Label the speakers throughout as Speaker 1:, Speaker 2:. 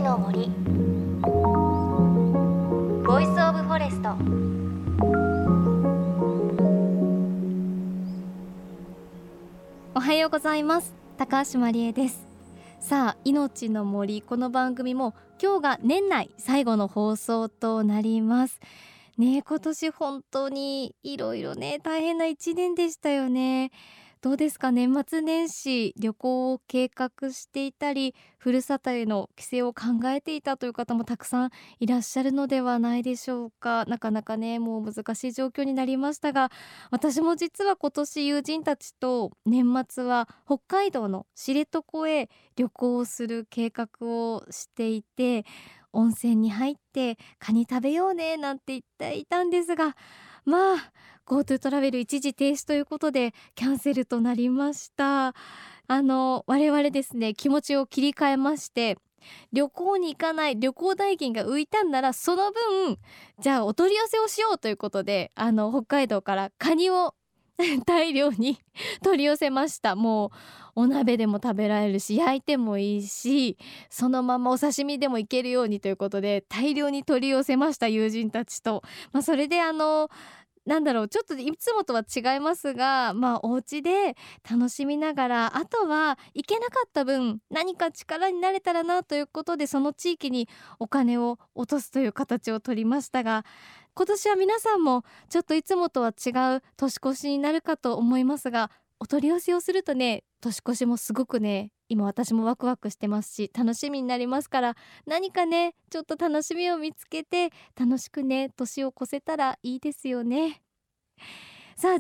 Speaker 1: の森ボイスオブフォレスト。おはようございます。高橋まりえです。さあ、命の森、この番組も今日が年内最後の放送となりますね。今年本当にいろいろね、大変な1年でしたよね。どうですか？年末年始旅行を計画していたり、ふるさとへの帰省を考えていたという方もたくさんいらっしゃるのではないでしょうか。なかなかね、もう難しい状況になりましたが、私も実は今年友人たちと年末は北海道の知床へ旅行をする計画をしていて、温泉に入ってカニ食べようねなんて言っていたんですが、まあ GoTo トラベル一時停止ということでキャンセルとなりました。我々ですね、気持ちを切り替えまして、旅行に行かない、旅行代金が浮いたんならその分じゃあお取り寄せをしようということで、北海道からカニを大量に取り寄せました。もうお鍋でも食べられるし、焼いてもいいし、そのままお刺身でもいけるようにということで大量に取り寄せました、友人たちと。それでちょっといつもとは違いますが、お家で楽しみながら、あとは行けなかった分何か力になれたらなということで、その地域にお金を落とすという形を取りましたが、今年は皆さんもちょっといつもとは違う年越しになるかと思いますが、お取り寄せをするとね、年越しもすごくね、今私もワクワクしてますし楽しみになりますから、何かねちょっと楽しみを見つけて楽しくね年を越せたらいいですよね。さあ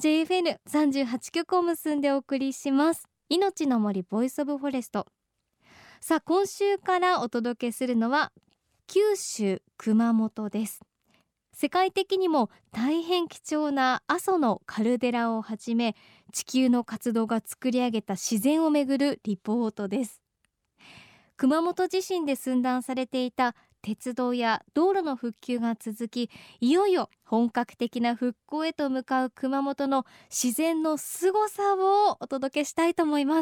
Speaker 1: JFN38 局を結んでお送りします命の森ボイスオブフォレスト。さあ、今週からお届けするのは九州熊本です。世界的にも大変貴重な阿蘇のカルデラをはじめ、地球の活動が作り上げた自然をめぐるリポートです。熊本地震で寸断されていた鉄道や道路の復旧が続き、いよいよ本格的な復興へと向かう熊本の自然の凄さをお届けしたいと思います。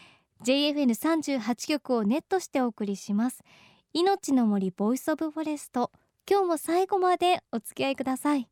Speaker 1: JFN38 局をネットしてお送りします命の森ボイスオブフォレスト。今日も最後までお付き合いください。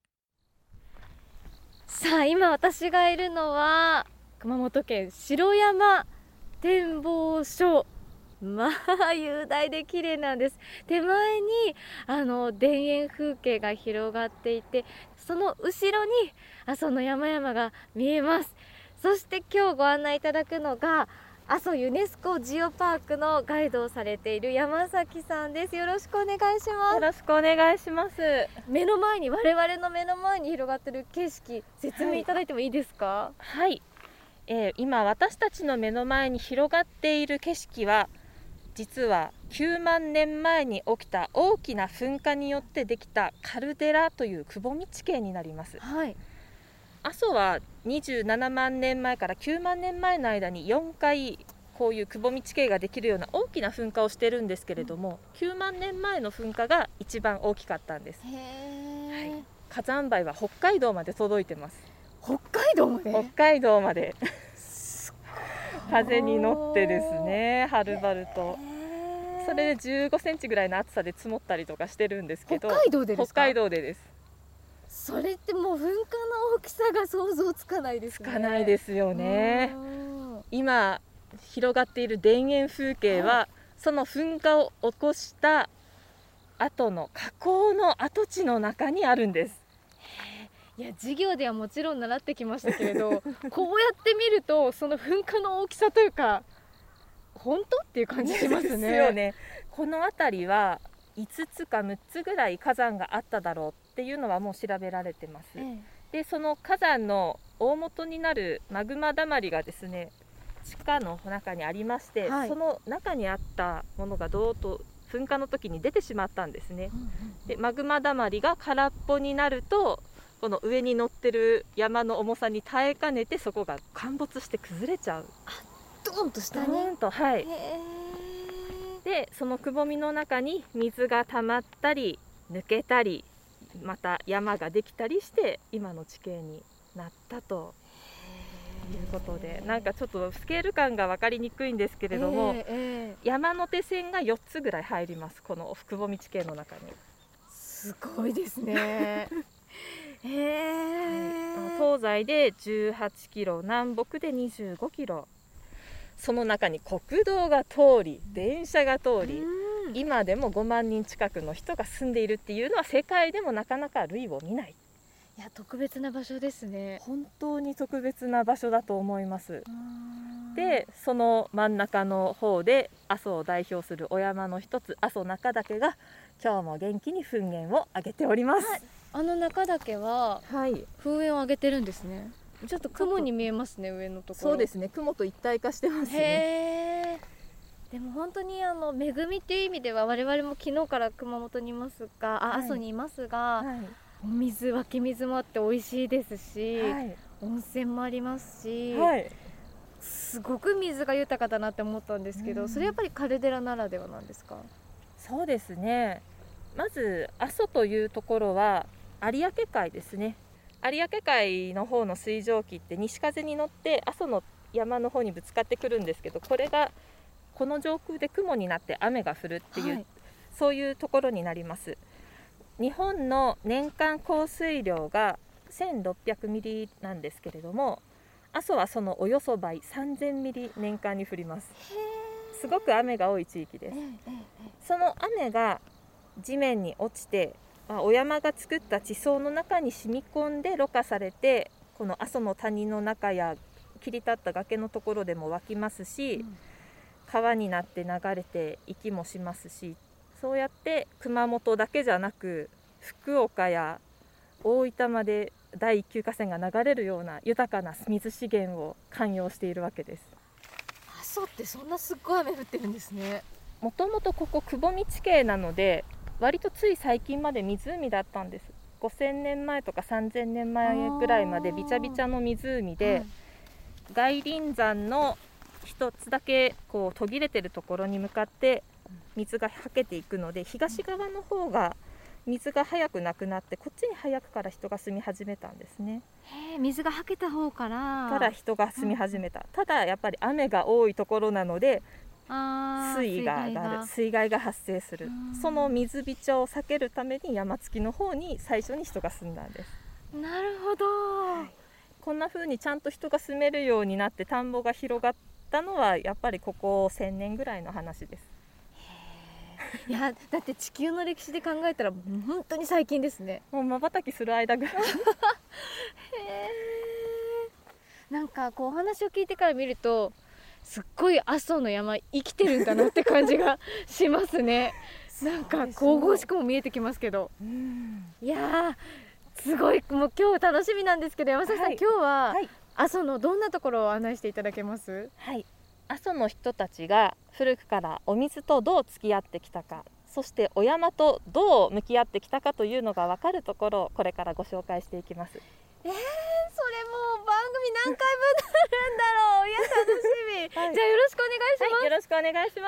Speaker 1: さあ、今私がいるのは熊本県城山展望所。雄大で綺麗なんです。手前に田園風景が広がっていて、その後ろに阿蘇の山々が見えます。そして今日ご案内いただくのが阿蘇ユネスコジオパークのガイドをされている山崎さんです。よろしくお願いします。
Speaker 2: よろしくお願いします。
Speaker 1: 我々の目の前に広がっている景色、説明いただいてもいいですか？
Speaker 2: はい、今私たちの目の前に広がっている景色は、実は9万年前に起きた大きな噴火によってできたカルデラというくぼみ地形になります。
Speaker 1: はい、
Speaker 2: 阿蘇は27万年前から9万年前の間に4回こういうくぼみ地形ができるような大きな噴火をしてるんですけれども、9万年前の噴火が一番大きかったんです。火山灰は北海道まで届いてます。
Speaker 1: 北海道まで？
Speaker 2: 北海道まで風に乗ってですね、はるばると。それで15センチぐらいの厚さで積もったりとかしてるんですけど。
Speaker 1: 北海道でですか？
Speaker 2: 北海道でです。
Speaker 1: それってもう噴火の大きさが想像つかないですね。
Speaker 2: つかないですよね。今広がっている田園風景は、その噴火を起こした後の火口の跡地の中にあるんです。
Speaker 1: いや、授業ではもちろん習ってきましたけれどこうやって見るとその噴火の大きさというか、本当っていう感じしますね。
Speaker 2: ですよね。この辺りは5つか6つぐらい火山があっただろうっていうのはもう調べられてます。でその火山の大元になるマグマだまりがですね、地下の中にありまして、その中にあったものがどーっと噴火の時に出てしまったんですね。でマグマだまりが空っぽになると、この上に乗ってる山の重さに耐えかねて、そこが陥没して崩れちゃう。
Speaker 1: ドーンと下に。
Speaker 2: ドーンと、はい。でそのくぼみの中に水が溜まったり抜けたり、また山ができたりして今の地形になったということで、なんかちょっとスケール感が分かりにくいんですけれども、山手線が4つぐらい入ります、この久保道系の中に。
Speaker 1: すごいですね
Speaker 2: 東西で18キロ、南北で25キロ、その中に国道が通り、電車が通り、今でも5万人近くの人が住んでいるっていうのは世界でもなかなか類を見ない。
Speaker 1: いや、特別な場所ですね。
Speaker 2: 本当に特別な場所だと思います。で、その真ん中の方で阿蘇を代表するお山の一つ、阿蘇中岳が今日も元気に噴煙を上げております。
Speaker 1: あの中岳は噴煙を上げてるんですね。ちょっと雲に見えますね、上のところ。
Speaker 2: そうですね、雲と一体化してますね。
Speaker 1: でも本当に恵みっていう意味では、我々も昨日から熊本にいますが、阿蘇にいますが、お水、湧き水もあって美味しいですし、温泉もありますし、すごく水が豊かだなって思ったんですけど、それやっぱりカルデラならではなんですか？
Speaker 2: そうですね、まず阿蘇というところは有明海ですね。有明海の方の水蒸気って西風に乗って阿蘇の山の方にぶつかってくるんですけど、これがこの上空で雲になって雨が降るっていう、そういうところになります。日本の年間降水量が1600ミリなんですけれども、阿蘇はそのおよそ倍、3000ミリ年間に降ります。すごく雨が多い地域です。その雨が地面に落ちて、お山が作った地層の中に染み込んでろ過されて、この阿蘇の谷の中や切り立った崖のところでも湧きますし、川になって流れて息もしますし、そうやって熊本だけじゃなく福岡や大分まで第一級河川が流れるような豊かな水資源を涵養しているわけです。
Speaker 1: 阿蘇ってそんなすっごい雨降ってるんですね。
Speaker 2: もともとここ久保道系なので、割とつい最近まで湖だったんです。5000年前とか3000年前ぐらいまでびちゃびちゃの湖で、外輪山の一つだけこう途切れてるところに向かって水がはけていくので、東側の方が水が早くなくなって、こっちに早くから人が住み始めたんですね。
Speaker 1: 水がはけた方から
Speaker 2: 人が住み始めた。ただやっぱり雨が多いところなので水位が上がる、水害が発生する。その水びちゃを避けるために山付きの方に最初に人が住んだんです。
Speaker 1: なるほど、
Speaker 2: こんな風にちゃんと人が住めるようになって田んぼが広がったのはやっぱりここ1000年ぐらいの話です。
Speaker 1: いや、だって地球の歴史で考えたら本当に最近ですね。
Speaker 2: もう瞬きする間ぐらい
Speaker 1: なんかこうお話を聞いてから見ると、すっごい阿蘇の山生きてるんだなって感じがしますね。なんか神々しくも見えてきますけど、いやーすごい、もう今日楽しみなんですけど、山崎さん、今日は阿蘇のどんなところを案内していただけます？
Speaker 2: 阿蘇の人たちが古くからお水とどう付き合ってきたか、そしてお山とどう向き合ってきたかというのが分かるところをこれからご紹介していきます。
Speaker 1: それもう番組何回分なるんだろう。いや、楽しみ、じゃあよろしくお願いします。
Speaker 2: よろしくお願いします。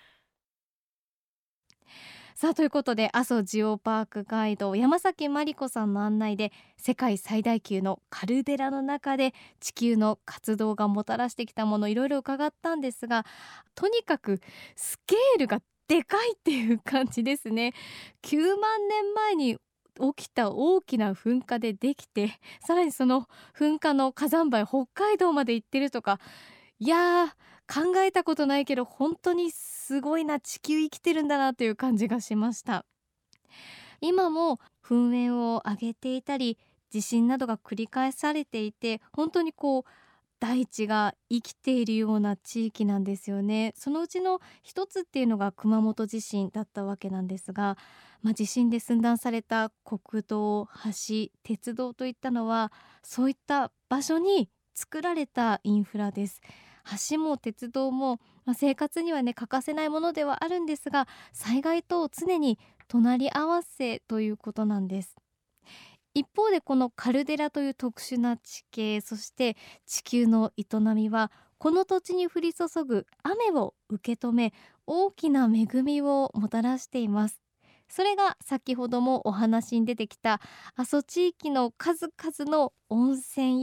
Speaker 1: さあ、ということで阿蘇ジオパークガイド山崎まりこさんの案内で、世界最大級のカルデラの中で地球の活動がもたらしてきたもの、いろいろ伺ったんですが、とにかくスケールがでかいっていう感じですね。9万年前に起きた大きな噴火でできて、さらにその噴火の火山灰北海道まで行ってるとか、いやー、考えたことないけど本当にすごいな、地球生きてるんだなという感じがしました。今も噴煙を上げていたり、地震などが繰り返されていて、本当にこう大地が生きているような地域なんですよね。そのうちの一つっていうのが熊本地震だったわけなんですが、地震で寸断された国道、橋、鉄道といったのは、そういった場所に作られたインフラです。橋も鉄道も、生活にはね欠かせないものではあるんですが、災害と常に隣り合わせということなんです。一方でこのカルデラという特殊な地形、そして地球の営みは、この土地に降り注ぐ雨を受け止め、大きな恵みをもたらしています。それが先ほどもお話に出てきた阿蘇地域の数々の温泉や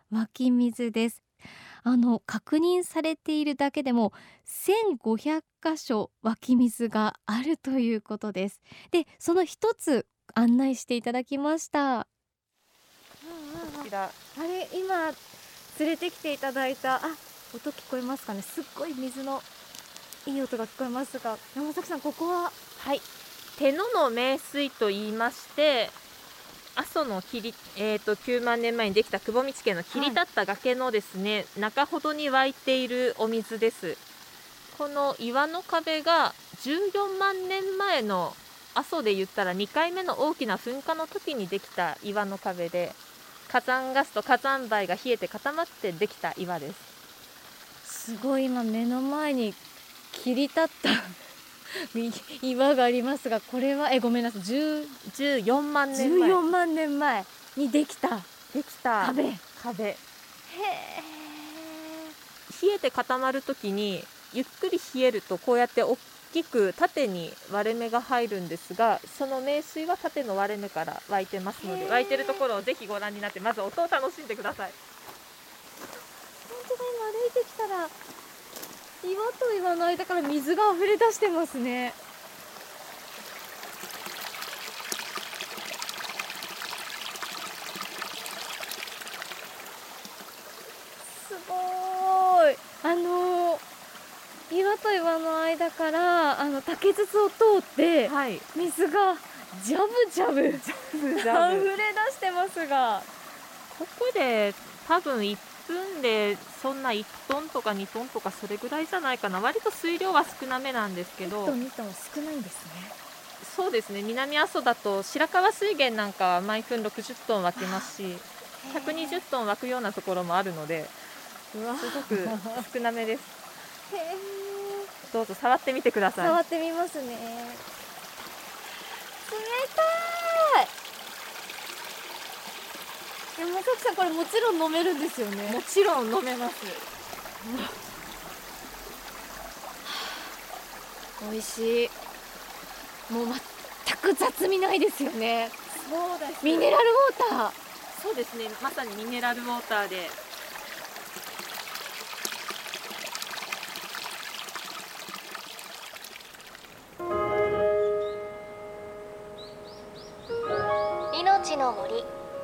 Speaker 1: 湧き水です。確認されているだけでも1500箇所湧き水があるということです。で、その一つ案内していただきました。
Speaker 2: こちら、
Speaker 1: あれ、今連れてきていただいた、音聞こえますかね。すっごい水のいい音が聞こえますが、山崎さん、ここは？
Speaker 2: はい、手野の名水と言いまして、阿蘇の9万年前にできた久保道家の切り立った崖のですね、中ほどに湧いているお水です。この岩の壁が14万年前の阿蘇で言ったら2回目の大きな噴火の時にできた岩の壁で、火山ガスと火山灰が冷えて固まってできた岩です。
Speaker 1: すごい、今目の前に切り立った岩がありますが、これはごめんなさい、
Speaker 2: 14万年前
Speaker 1: 14万年前にできた壁。へえ。
Speaker 2: 冷えて固まるときにゆっくり冷えるとこうやって大きく縦に割れ目が入るんですが、その名水は縦の割れ目から湧いてますので、湧いてるところをぜひご覧になって、まず音を楽しんでください。
Speaker 1: 本当だ、今歩いてきたら岩と岩の間から水が溢れ出してますね。すごーい。岩と岩の間から竹筒を通って水がジャブジャブ溢れ出してますが、
Speaker 2: ここで多分1分でそんな1トンとか2トンとかそれぐらいじゃないかな。割と水量は少なめなんですけど。
Speaker 1: 1トン2トン少ないんですね。
Speaker 2: そうですね、南阿蘇だと白川水源なんかは毎分60トン湧きますし、120トン湧くようなところもあるので、すごく少なめです。どうぞ触ってみてください。
Speaker 1: 触ってみますね。冷たい。山崎さん、これもちろん飲めるんですよね。
Speaker 2: もちろん飲めます。
Speaker 1: 美味しい。もう全く雑味ないですよね。
Speaker 2: そうです。
Speaker 1: ミネラルウォーター。
Speaker 2: そうですね、まさにミネラルウォーターで。
Speaker 1: 命の森、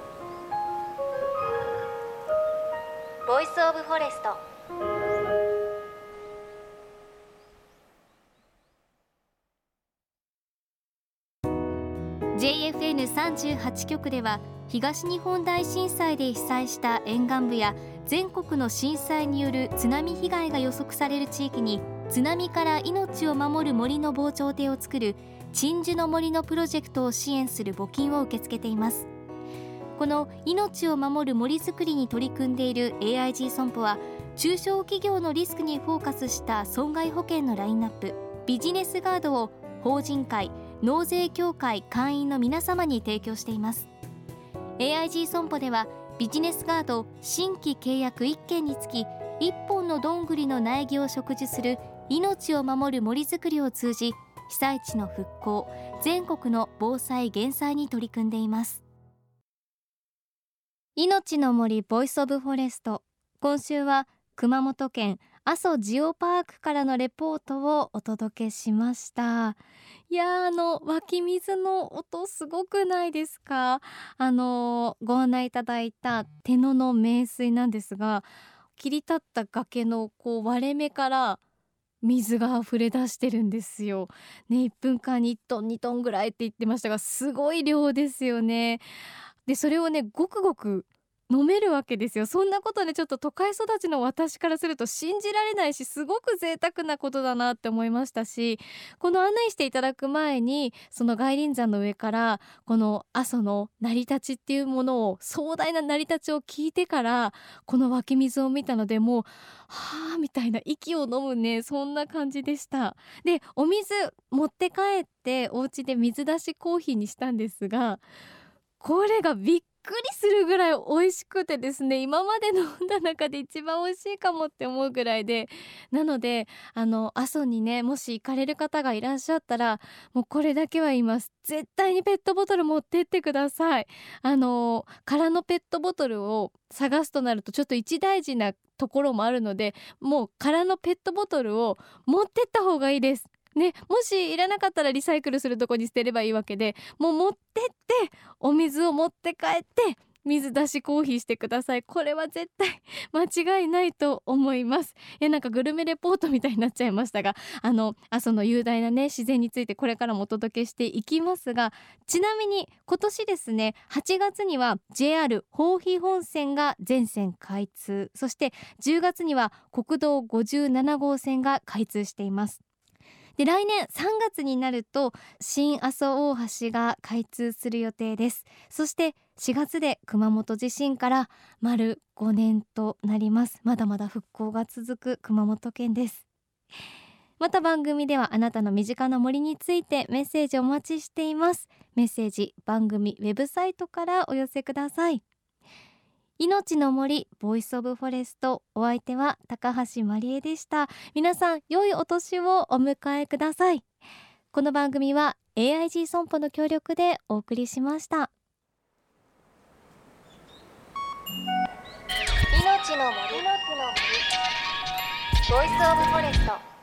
Speaker 1: ボイスオブフォレスト。JFN38 局では東日本大震災で被災した沿岸部や全国の震災による津波被害が予測される地域に津波から命を守る森の防潮堤を作る鎮守の森のプロジェクトを支援する募金を受け付けています。この命を守る森づくりに取り組んでいる AIG 損保は、中小企業のリスクにフォーカスした損害保険のラインナップビジネスガードを法人会、納税協会会員の皆様に提供しています。 AIG 損保ではビジネスガード新規契約1件につき1本のどんぐりの苗木を植樹する命を守る森づくりを通じ、被災地の復興、全国の防災減災に取り組んでいます。命の森ボイスオブフォレスト、今週は熊本県阿蘇ジオパークからのレポートをお届けしました。いや湧き水の音すごくないですか？ご案内いただいた手野の名水なんですが、切り立った崖の割れ目から水が溢れ出してるんですよね。1分間に1トン2トンぐらいって言ってましたが、すごい量ですよね。でそれをね、ごくごく飲めるわけですよ。そんなことね、ちょっと都会育ちの私からすると信じられないし、すごく贅沢なことだなって思いましたし、この案内していただく前にその外輪山の上からこの阿蘇の成り立ちっていうものを、壮大な成り立ちを聞いてからこの湧き水を見たので、もうはぁみたいな、息を飲むね、そんな感じでした。でお水持って帰ってお家で水出しコーヒーにしたんですが、これがびっくりするぐらい美味しくてですね、今まで飲んだ中で一番美味しいかもって思うぐらいで、なので阿蘇にねもし行かれる方がいらっしゃったら、もうこれだけは言います。絶対にペットボトル持ってってください。空のペットボトルを探すとなるとちょっと一大事なところもあるので、もう空のペットボトルを持ってった方がいいですね。もしいらなかったらリサイクルするとこに捨てればいいわけで、もう持ってってお水を持って帰って水出しコーヒーしてください。これは絶対間違いないと思います。なんかグルメレポートみたいになっちゃいましたが、阿蘇の雄大なね自然についてこれからもお届けしていきますが、ちなみに今年ですね8月には JR 豊肥本線が全線開通、そして10月には国道57号線が開通しています。で来年3月になると新阿蘇大橋が開通する予定です。そして4月で熊本地震から丸5年となります。まだまだ復興が続く熊本県です。また番組ではあなたの身近な森についてメッセージお待ちしています。メッセージ番組ウェブサイトからお寄せください。命の森ボイスオブフォレスト、お相手は高橋まりえでした。皆さん良いお年をお迎えください。この番組は AIG 損保の協力でお送りしました。
Speaker 3: 命の森ボイスオブフォレスト。